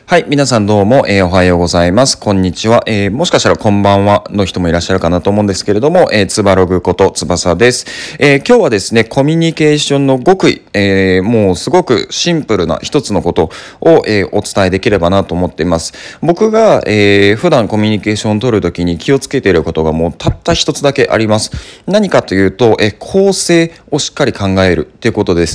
はい、皆さんどうも、おはようございます。こんにちは。もしかしたらこんばんはの人もいらっしゃるかなと思うんですけれども、つばログこと翼です。今日はですね、コミュニケーションの極意、もうすごくシンプルな一つのことを、お伝えできればなと思っています。僕が、普段コミュニケーションを取るときに気をつけていることがもうたった一つだけあります。何かというと、構成をしっかり考えるということです。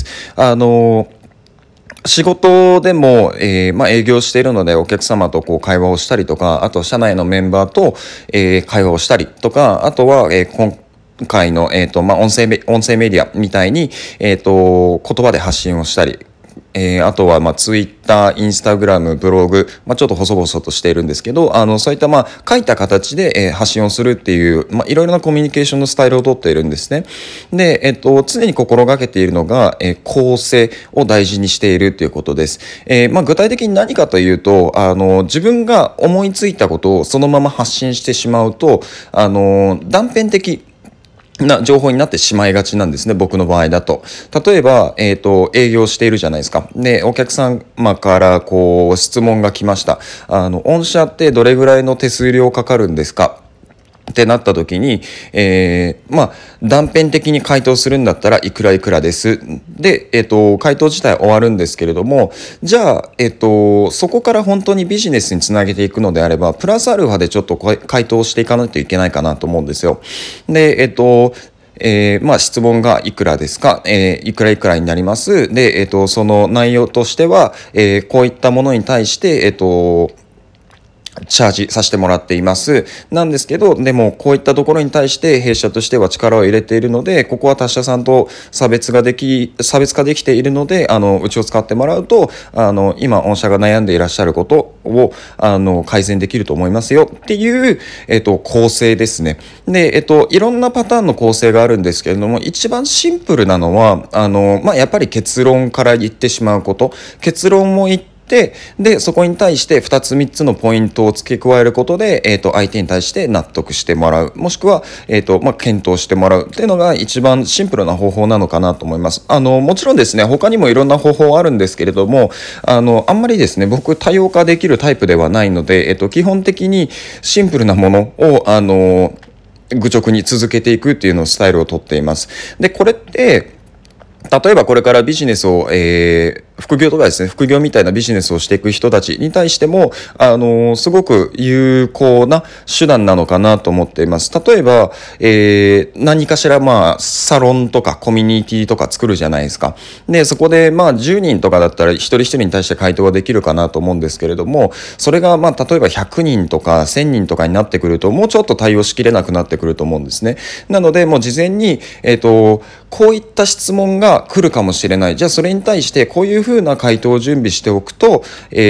仕事でも、営業しているのでお客様とこう会話をしたりとか、あと社内のメンバーと、会話をしたりとか、あとは、今回の、音声メディアみたいに、言葉で発信をしたり、あとは、ツイッター、インスタグラム、ブログ、ちょっと細々としているんですけど、そういった、書いた形で、発信をするっていう、いろいろなコミュニケーションのスタイルをとっているんですね。で、常に心がけているのが、構成を大事にしているということです。具体的に何かというと、自分が思いついたことをそのまま発信してしまうと、断片的な情報になってしまいがちなんですね、僕の場合だと。例えば、営業しているじゃないですか。で、お客様からこう質問が来ました。御社ってどれぐらいの手数料かかるんですかってなった時に、断片的に回答するんだったらいくらいくらです。で、回答自体終わるんですけれども、じゃあ、そこから本当にビジネスにつなげていくのであれば、プラスアルファでちょっと回答していかないといけないかなと思うんですよ。で、質問がいくらですか、いくらいくらになります。で、その内容としては、こういったものに対して、チャージさせてもらっています。なんですけど、でもこういったところに対して弊社としては力を入れているので、ここは他社さんと差別化できているので、うちを使ってもらうと、今御社が悩んでいらっしゃることを、改善できると思いますよっていう、構成ですね。で、いろんなパターンの構成があるんですけれども、一番シンプルなのは、やっぱり結論から言ってしまうこと。結論を言ってで、そこに対して2つ3つのポイントを付け加えることで、相手に対して納得してもらう。もしくは、検討してもらうっていうのが一番シンプルな方法なのかなと思います。もちろんですね、他にもいろんな方法あるんですけれども、あんまりですね、僕多様化できるタイプではないので、基本的にシンプルなものを、愚直に続けていくっていうのをスタイルをとっています。で、これって、例えばこれからビジネスを、副業とかですね、副業みたいなビジネスをしていく人たちに対しても、すごく有効な手段なのかなと思っています。例えば、何かしらサロンとかコミュニティとか作るじゃないですか。で、そこで10人とかだったら一人一人に対して回答ができるかなと思うんですけれども、それが例えば100人とか1000人とかになってくると、もうちょっと対応しきれなくなってくると思うんですね。なので、もう事前に、こういった質問が来るかもしれない。じゃあそれに対してこういうふうな回答を準備しておくと、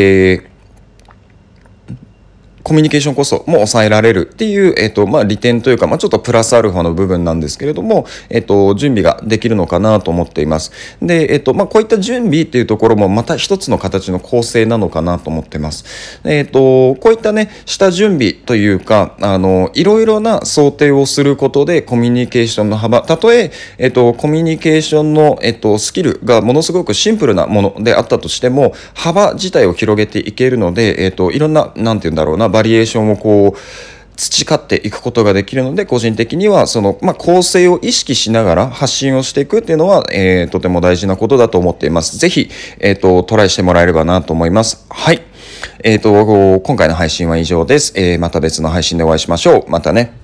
コミュニケーションコストも抑えられるっていう、利点というか、ちょっとプラスアルファの部分なんですけれども、準備ができるのかなと思っています。で、こういった準備っていうところもまた一つの形の構成なのかなと思っています。こういったね、下準備というか、いろいろな想定をすることでコミュニケーションの幅、たとえ、コミュニケーションの、スキルがものすごくシンプルなものであったとしても、幅自体を広げていけるので、いろんな、なんて言うんだろうな、バリエーションをこう培っていくことができるので、個人的にはその、構成を意識しながら発信をしていくっていうのは、とても大事なことだと思っています。ぜひ、トライしてもらえればなと思います。はい。今回の配信は以上です。また別の配信でお会いしましょう。またね。